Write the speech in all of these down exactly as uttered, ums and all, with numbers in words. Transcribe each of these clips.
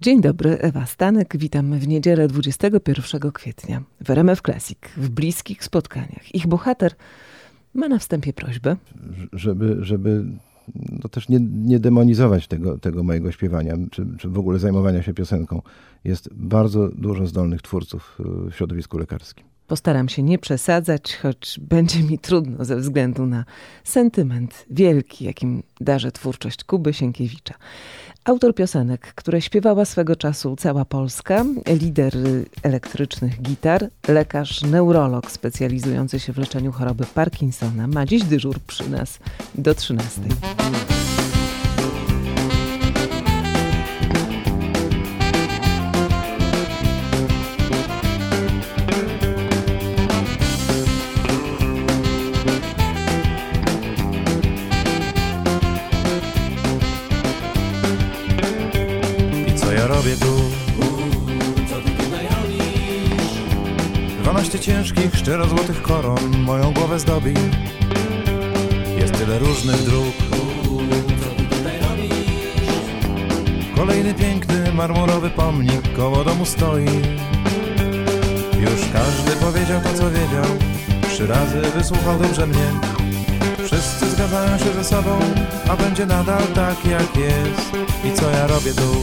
Dzień dobry, Ewa Stanek. Witam w niedzielę dwudziestego pierwszego kwietnia w R M F Classic, w bliskich spotkaniach. Ich bohater ma na wstępie prośbę. Żeby, żeby no też nie, nie demonizować tego, tego mojego śpiewania, czy, czy w ogóle zajmowania się piosenką. Jest bardzo dużo zdolnych twórców w środowisku lekarskim. Postaram się nie przesadzać, choć będzie mi trudno ze względu na sentyment wielki, jakim darzę twórczość Kuby Sienkiewicza. Autor piosenek, które śpiewała swego czasu cała Polska, lider elektrycznych gitar, lekarz neurolog specjalizujący się w leczeniu choroby Parkinsona, ma dziś dyżur przy nas do trzynastej. Robię tu, co ty tutaj robisz? Dwanaście ciężkich, szczerozłotych koron moją głowę zdobi. Jest tyle różnych dróg, co ty tutaj robisz? Kolejny piękny, marmurowy pomnik koło domu stoi. Już każdy powiedział to, co wiedział. Trzy razy wysłuchał dobrze mnie. Wszyscy zgadzają się ze sobą, a będzie nadal tak jak jest. I co ja robię tu?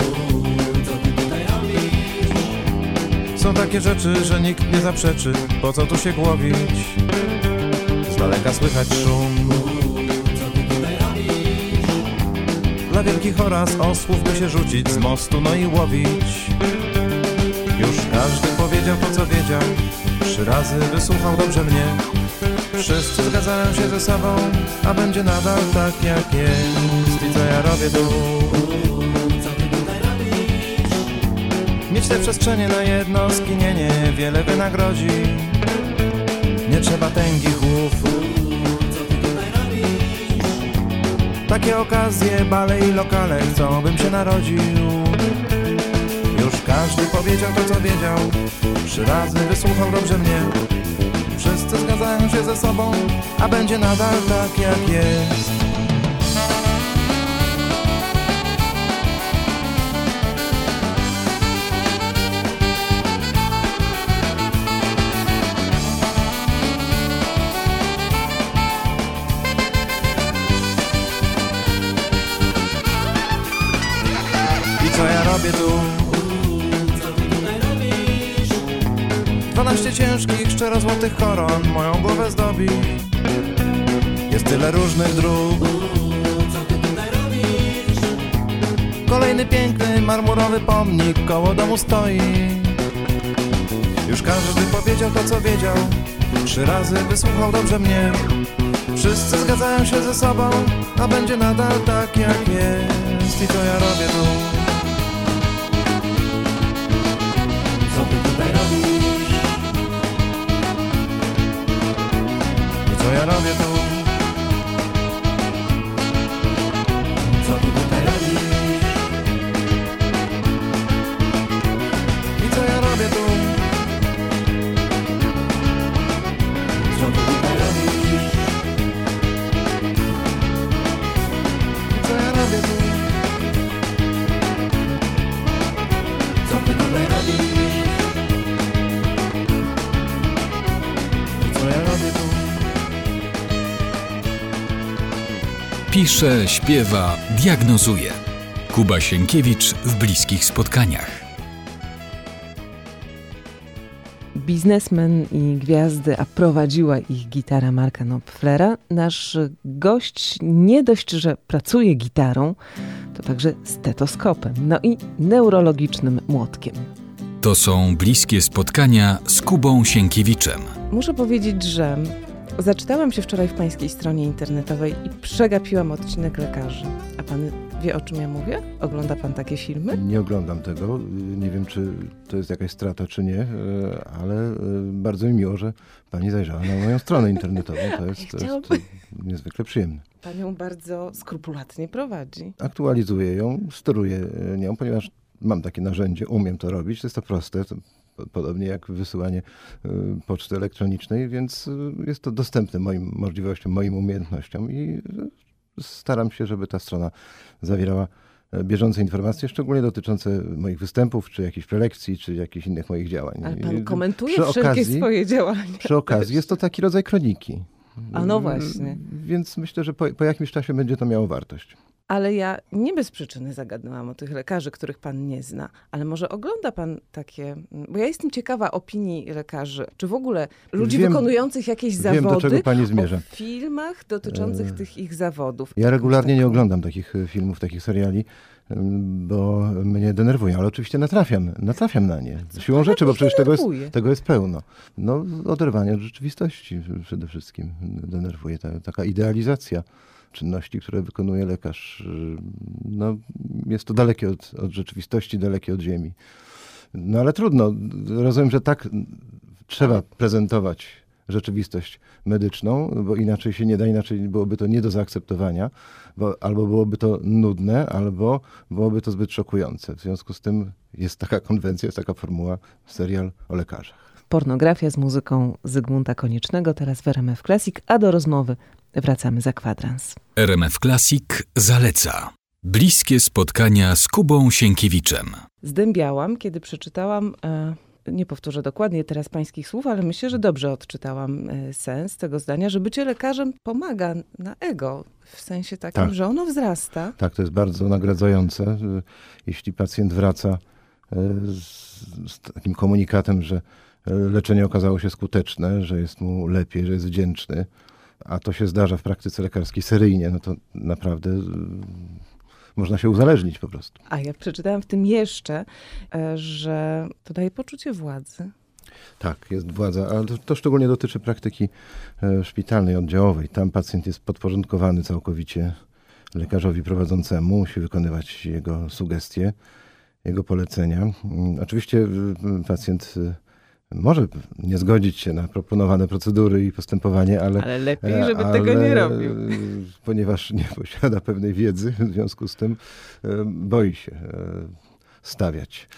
Są takie rzeczy, że nikt nie zaprzeczy. Po co tu się głowić? Z daleka słychać szum. Dla wielkich oraz osłów by się rzucić z mostu, no i łowić. Już każdy powiedział to, co wiedział. Trzy razy wysłuchał dobrze mnie. Wszyscy zgadzają się ze sobą, a będzie nadal tak jak jest. I co ja robię tu? Mieć te przestrzenie na jedno skinienie wiele wynagrodzi. Nie trzeba tęgich głów. Takie okazje, bale i lokale chcą, bym się narodził. Już każdy powiedział to, co wiedział. Trzy razy wysłuchał dobrze mnie. Wszyscy zgadzają się ze sobą, a będzie nadal tak jak jest. Co ja robię tu? Co ty tutaj robisz? Dwanaście ciężkich, szczerozłotych koron moją głowę zdobi. Jest tyle różnych dróg. Co ty tutaj robisz? Kolejny piękny, marmurowy pomnik koło domu stoi. Już każdy powiedział to, co wiedział. Trzy razy wysłuchał dobrze mnie. Wszyscy zgadzają się ze sobą, a będzie nadal tak jak jest. I co ja robię tu? Co ty tutaj robisz? I co ja robię tu? Co ty tutaj robisz? I co ja robię tu? Co ty tutaj robisz? I co ja robię tu? Co ty tutaj robisz? I co ja robię tu? Pisze, śpiewa, diagnozuje. Kuba Sienkiewicz w bliskich spotkaniach. Biznesmen i gwiazdy, a prowadziła ich gitara Marka Knopflera. Nasz gość nie dość, że pracuje gitarą, to także stetoskopem, no i neurologicznym młotkiem. To są bliskie spotkania z Kubą Sienkiewiczem. Muszę powiedzieć, że zaczytałam się wczoraj w pańskiej stronie internetowej i przegapiłam odcinek Lekarzy. A pan wie, o czym ja mówię? Ogląda pan takie filmy? Nie oglądam tego. Nie wiem, czy to jest jakaś strata, czy nie, ale bardzo mi miło, że pani zajrzała na moją stronę internetową. To jest, to jest niezwykle przyjemne. Pan ją bardzo skrupulatnie prowadzi. Aktualizuję ją, steruję nią, ponieważ mam takie narzędzie, umiem to robić. To jest to proste. To podobnie jak wysyłanie poczty elektronicznej, więc jest to dostępne moim możliwościom, moim umiejętnościom i staram się, żeby ta strona zawierała bieżące informacje, szczególnie dotyczące moich występów, czy jakichś prelekcji, czy jakichś innych moich działań. Ale pan komentuje przy wszelkie okazji, swoje działania. Przy okazji jest to taki rodzaj kroniki. A no właśnie. Więc myślę, że po, po jakimś czasie będzie to miało wartość. Ale ja nie bez przyczyny zagadnęłam o tych lekarzy, których pan nie zna. Ale może ogląda pan takie... Bo ja jestem ciekawa opinii lekarzy, czy w ogóle ludzi Wiem, wykonujących jakieś wiem, zawody, do czego pani zmierza. o filmach dotyczących E... tych ich zawodów. Ja regularnie taką... nie oglądam takich filmów, takich seriali, bo mnie denerwują, ale oczywiście natrafiam, natrafiam na nie. Siłą rzeczy, bo przecież tego jest, tego jest pełno. No, oderwanie od rzeczywistości przede wszystkim denerwuje. Ta, taka idealizacja czynności, które wykonuje lekarz. No, jest to dalekie od, od rzeczywistości, dalekie od ziemi. No ale trudno. Rozumiem, że tak trzeba prezentować rzeczywistość medyczną, bo inaczej się nie da, inaczej byłoby to nie do zaakceptowania, bo albo byłoby to nudne, albo byłoby to zbyt szokujące. W związku z tym jest taka konwencja, jest taka formuła, serial o lekarzach. Pornografia z muzyką Zygmunta Koniecznego, teraz w R M F Classic, a do rozmowy wracamy za kwadrans. R M F Classic zaleca bliskie spotkania z Kubą Sienkiewiczem. Zdębiałam, kiedy przeczytałam... E... Nie powtórzę dokładnie teraz pańskich słów, ale myślę, że dobrze odczytałam sens tego zdania, że bycie lekarzem pomaga na ego, w sensie takim, tak, że ono wzrasta. Tak, to jest bardzo nagradzające. Jeśli pacjent wraca z, z takim komunikatem, że leczenie okazało się skuteczne, że jest mu lepiej, że jest wdzięczny, a to się zdarza w praktyce lekarskiej seryjnie, no to naprawdę... Można się uzależnić po prostu. A ja przeczytałam w tym jeszcze, że to daje poczucie władzy. Tak, jest władza, ale to, to szczególnie dotyczy praktyki szpitalnej, oddziałowej. Tam pacjent jest podporządkowany całkowicie lekarzowi prowadzącemu, musi wykonywać jego sugestie, jego polecenia. Oczywiście pacjent może nie zgodzić się na proponowane procedury i postępowanie, ale... Ale lepiej, żeby ale, tego nie robił. Ponieważ nie posiada pewnej wiedzy, w związku z tym boi się stawiać.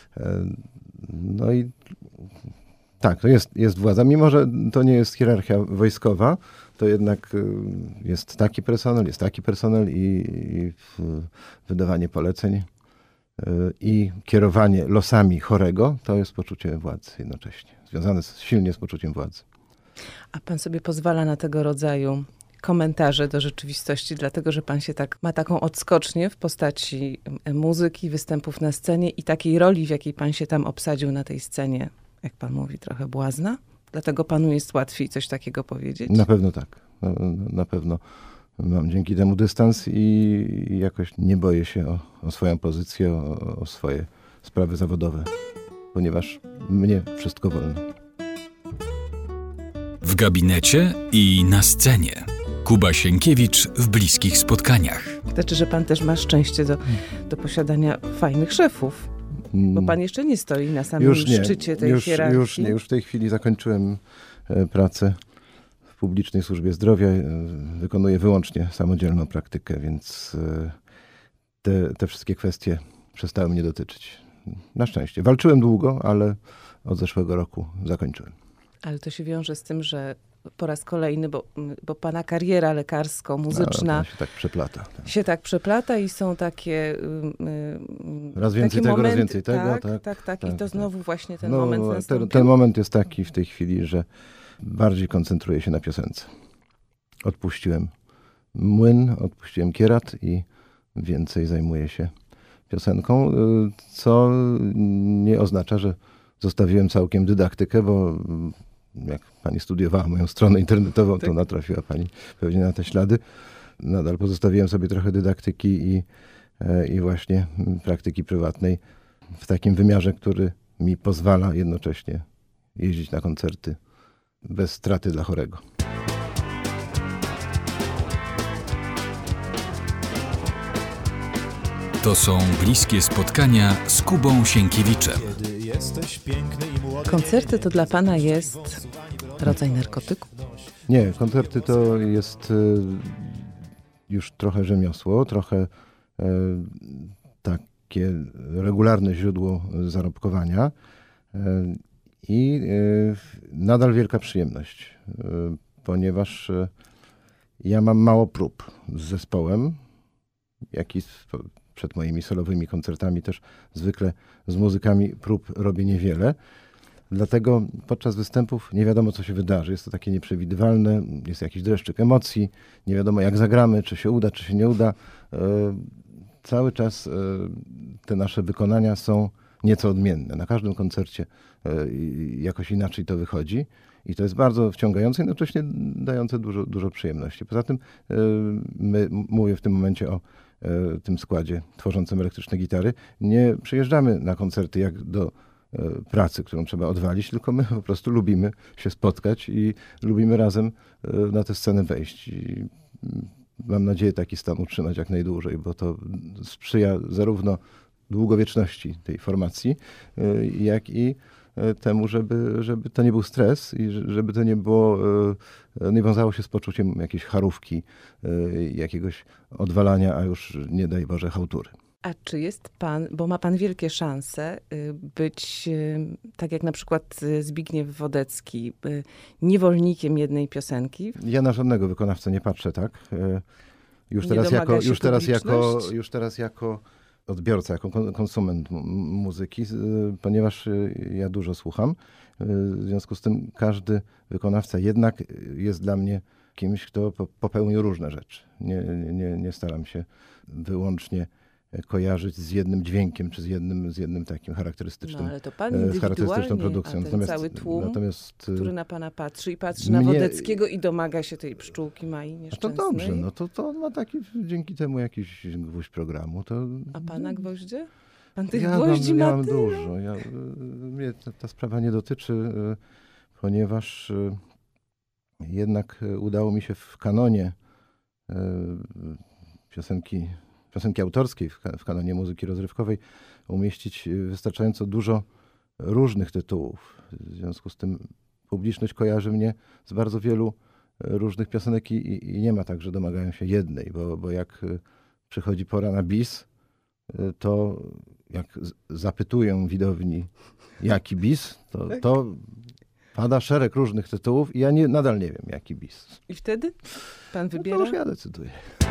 No i tak, to jest, jest władza. Mimo że to nie jest hierarchia wojskowa, to jednak jest taki personel, jest taki personel i, i wydawanie poleceń i kierowanie losami chorego, to jest poczucie władzy jednocześnie. Związane z, silnie z poczuciem władzy. A pan sobie pozwala na tego rodzaju komentarze do rzeczywistości, dlatego że pan się tak ma taką odskocznię w postaci muzyki, występów na scenie i takiej roli, w jakiej pan się tam obsadził na tej scenie, jak pan mówi, trochę błazna? Dlatego panu jest łatwiej coś takiego powiedzieć? Na pewno tak. Na, na pewno mam dzięki temu dystans i jakoś nie boję się o, o swoją pozycję, o, o swoje sprawy zawodowe, ponieważ mnie wszystko wolno. W gabinecie i na scenie. Kuba Sienkiewicz w bliskich spotkaniach. Znaczy, że pan też ma szczęście do, do posiadania fajnych szefów, bo pan jeszcze nie stoi na samym już nie, szczycie tej już, hierarchii. Już nie, już w tej chwili zakończyłem pracę w publicznej służbie zdrowia. Wykonuję wyłącznie samodzielną praktykę, więc te, te wszystkie kwestie przestały mnie dotyczyć. Na szczęście. Walczyłem długo, ale od zeszłego roku zakończyłem. Ale to się wiąże z tym, że po raz kolejny, bo, bo pana kariera lekarsko-muzyczna no, się tak przeplata. Tak. Się tak przeplata i są takie yy, raz więcej takie tego, momenty, raz więcej tego. Tak, tak, tak, tak. tak I to tak. znowu właśnie ten no, moment nastąpił. Ten, ten moment jest taki w tej chwili, że bardziej koncentruję się na piosence. Odpuściłem młyn, odpuściłem kierat i więcej zajmuję się piosenką, co nie oznacza, że zostawiłem całkiem dydaktykę, bo jak pani studiowała moją stronę internetową, to tak. Natrafiła pani pewnie na te ślady. Nadal pozostawiłem sobie trochę dydaktyki i, i właśnie praktyki prywatnej w takim wymiarze, który mi pozwala jednocześnie jeździć na koncerty bez straty dla chorego. To są bliskie spotkania z Kubą Sienkiewiczem. Koncerty to dla pana jest rodzaj narkotyku? Nie, koncerty to jest już trochę rzemiosło, trochę takie regularne źródło zarobkowania i nadal wielka przyjemność, ponieważ ja mam mało prób z zespołem, jaki przed moimi solowymi koncertami też zwykle z muzykami prób robię niewiele. Dlatego podczas występów nie wiadomo, co się wydarzy. Jest to takie nieprzewidywalne, jest jakiś dreszczyk emocji, nie wiadomo jak zagramy, czy się uda, czy się nie uda. Cały czas te nasze wykonania są nieco odmienne. Na każdym koncercie jakoś inaczej to wychodzi i to jest bardzo wciągające i jednocześnie dające dużo, dużo przyjemności. Poza tym my, mówię w tym momencie o tym składzie tworzącym elektryczne gitary, nie przyjeżdżamy na koncerty jak do pracy, którą trzeba odwalić, tylko my po prostu lubimy się spotkać i lubimy razem na tę scenę wejść. I mam nadzieję taki stan utrzymać jak najdłużej, bo to sprzyja zarówno długowieczności tej formacji, jak i temu, żeby, żeby to nie był stres i żeby to nie było, nie wiązało się z poczuciem jakiejś charówki, jakiegoś odwalania, a już nie daj Boże chałtury. A czy jest pan, bo ma pan wielkie szanse być, tak jak na przykład Zbigniew Wodecki, niewolnikiem jednej piosenki? Ja na żadnego wykonawcę nie patrzę, tak? Już teraz, jako, już teraz, jako, już teraz jako odbiorca, jako konsument muzyki, ponieważ ja dużo słucham. W związku z tym każdy wykonawca jednak jest dla mnie kimś, kto popełni różne rzeczy. Nie, nie, nie staram się wyłącznie kojarzyć z jednym dźwiękiem, czy z jednym, z jednym takim charakterystycznym, no, ale to pan charakterystyczną produkcją. A ten natomiast, cały tłum, natomiast, który na pana patrzy i patrzy mnie, na Wodeckiego i domaga się tej pszczółki Mai nieszczęsnej. A to dobrze, no to, to on ma taki dzięki temu jakiś gwóźdź programu. To, a pana gwoździe? Pan tych ja gwoździ mam, ma ja mam dużo. Ja, mnie ta, ta sprawa nie dotyczy, ponieważ jednak udało mi się w kanonie piosenki piosenki autorskiej w, w kanonie muzyki rozrywkowej umieścić wystarczająco dużo różnych tytułów. W związku z tym publiczność kojarzy mnie z bardzo wielu różnych piosenek i, i nie ma tak, że domagają się jednej, bo, bo jak przychodzi pora na bis, to jak zapytują widowni jaki bis, to, to pada szereg różnych tytułów i ja nie, nadal nie wiem jaki bis. I wtedy pan wybiera? No to już ja decyduję.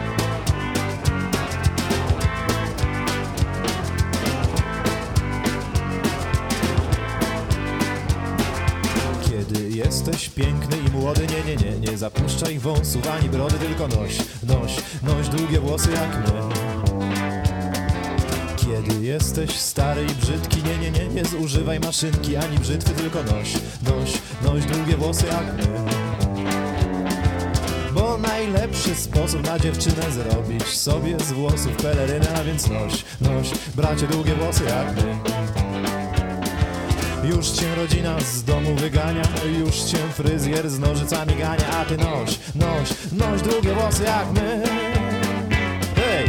Kiedy jesteś piękny i młody, nie, nie, nie, nie zapuszczaj wąsów ani brody, tylko noś, noś, noś długie włosy jak my. Kiedy jesteś stary i brzydki, nie, nie, nie, nie zużywaj maszynki ani brzytwy, tylko noś, noś, noś długie włosy jak my. Bo najlepszy sposób na dziewczynę zrobić sobie z włosów pelerynę, a więc noś, noś, bracie długie włosy jak my. Już cię rodzina z domu wygania, już cię fryzjer z nożycami gania, a ty noś, noś, noś długie włosy jak my. Hej!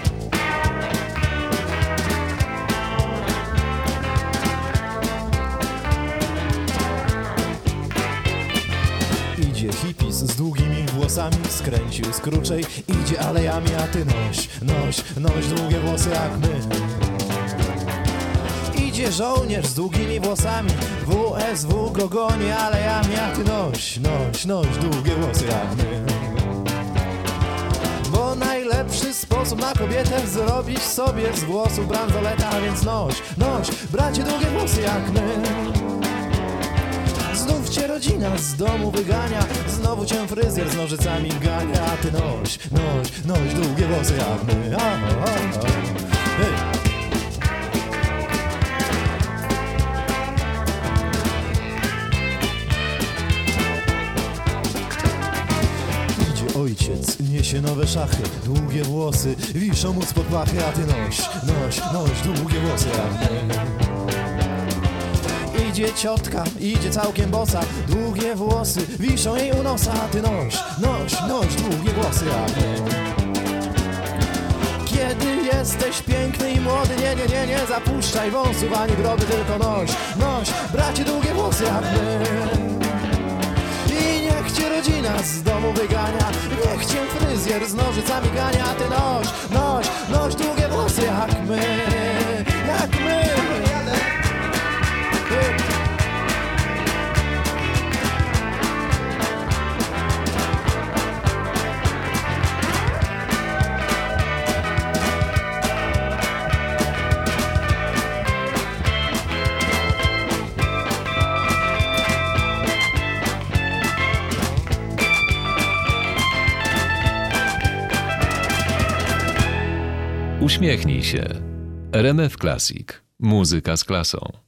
Idzie hipis z długimi włosami, skręcił z kruczej, idzie alejami, a ty noś, noś, noś długie włosy jak my. Idzie żołnierz z długimi włosami, W S W go goni alejami, a ty noś, noś, noś długie włosy jak my. Bo najlepszy sposób na kobietę zrobić sobie z włosów bransoleta, a więc noś, noś, bracie długie włosy jak my. Znów cię rodzina z domu wygania, znowu cię fryzjer z nożycami gania, a ty noś, noś, noś długie włosy jak my. A, a, a. Hej. Ojciec niesie nowe szachy, długie włosy wiszą mu spod pachy, a ty noś, noś, noś długie włosy jak my. Idzie ciotka, idzie całkiem bosa, długie włosy wiszą jej u nosa, a ty noś, noś, noś długie włosy jak my. Kiedy jesteś piękny i młody, nie, nie, nie, nie zapuszczaj wąsów ani brody, tylko noś, noś, bracie długie włosy jak my. Niech cię rodzina z domu wygania, niech cię fryzjer z nożycami gania, a ty noś, noś, noś długie włosy jak my, jak my. Uśmiechnij się. R M F Classic. Muzyka z klasą.